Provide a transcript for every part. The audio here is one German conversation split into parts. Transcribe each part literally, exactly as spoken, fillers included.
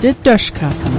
De Döschkassen.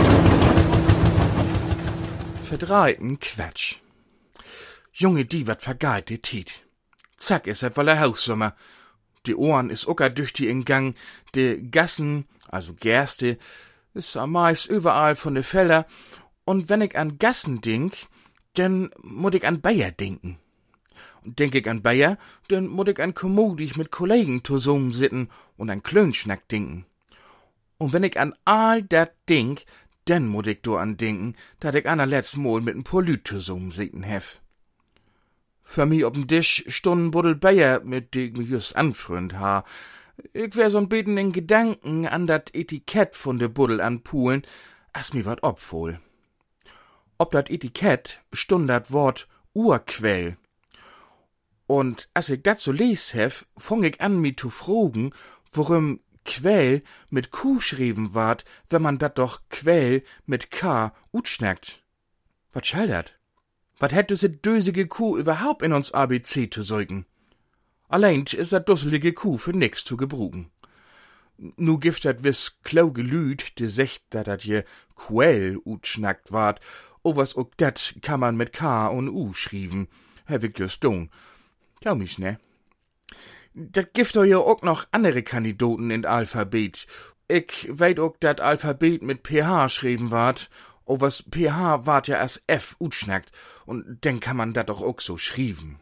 Verdreiten Quatsch. Junge, die wat vergeht die Tiet. Zack is et wolle Haussommer. Die Ohren is ocker düchtig in Gang. De Gassen, also Gerste, is am meist überall von de Felder. Und wenn ich an Gassen denk, dann muss ich an Bayer denken. Und denk ich an Bayer, dann muss ich an kommodig mit Kollegen zusammen sitten und an Klönschnack denken. Und wenn ich an all dat denk, dann muss ich do an denken, dat ich anerletzt Mal mit n paar Lüt zusammen sitten hef. Für mi ob'n Tisch stunden Buddel Bayer, mit dem ich mich just anfreund ha. Ich wär so'n beten in Gedanken an dat Etikett von de Buddel anpulen, as mi wat obwohl. Ob dat Etikett stund dat Wort Urquell. Und as ich dat so les hef, fang ich an mi zu fragen, worum Quell mit Q schrieben ward, wenn man dat doch Quell mit K utschnackt. Wat schall dat? Wat hätt diese dösige Kuh überhaupt in uns A B C zu säugen? Allein is dat dusselige Kuh für nix zu gebrugen. Nu gift dat wiss klauge Lüd, de secht, dat dat je Quell utschnackt ward, o was ook dat kann man mit K und U schrieben, hab ich just don. Glaub mich, ne? Dat gift doch ja ook noch andere Kandidaten in Alphabet. Ich weet ook dat Alphabet mit P H schrieben ward, o was P H ward ja als F utschnackt, und denn kann man dat doch ook so schrieben.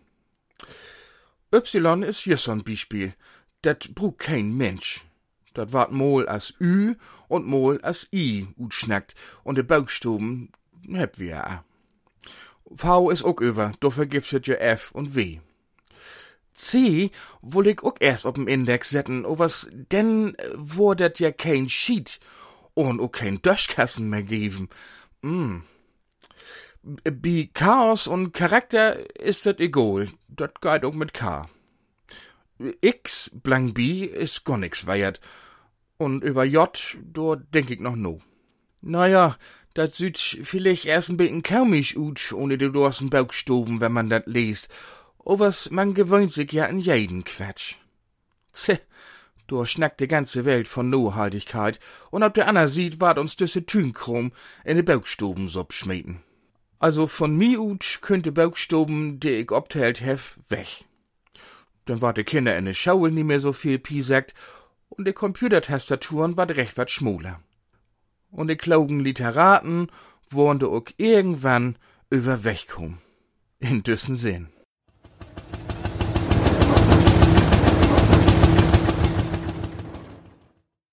Y is just so'n Beispiel. Dat brug kein Mensch. Dat ward mol als Ü und mol als I utschnackt, und de Buchstaben heb wir ja. V is ook über, do vergiftet ja F und W. C woll ich ook erst op'm Index setten, o was denn wurdet ja kein Sheet und ook kein Döschkassen mehr geben. Mm. Bi Chaos und Charakter ist dat egal, dat geht ook mit K. X blank B is gar nix weiert, und über J, do denk ich noch no. Naja, dat süd vielleicht erst ein bisschen komisch ut, ohne de dorsen Bauchstoven, wenn man dat liest. O was, man gewöhnt sich ja in jeden Quatsch. Zeh, do schnackt die ganze Welt von Nohaltigkeit, und ob der Anna sieht, ward uns düsse Tünkrum in de Bauchstoben sop schmieden. Also von mi ut könnte Bauchstoben, die ich obteilt hef, weg. Dann ward de Kinder in de Schaul nie mehr so viel piesackt, und de Computertastaturen ward recht wat schmuler. Und de klaugen Literaten wollen de ook irgendwann über wegkommen. In düssen Sinn.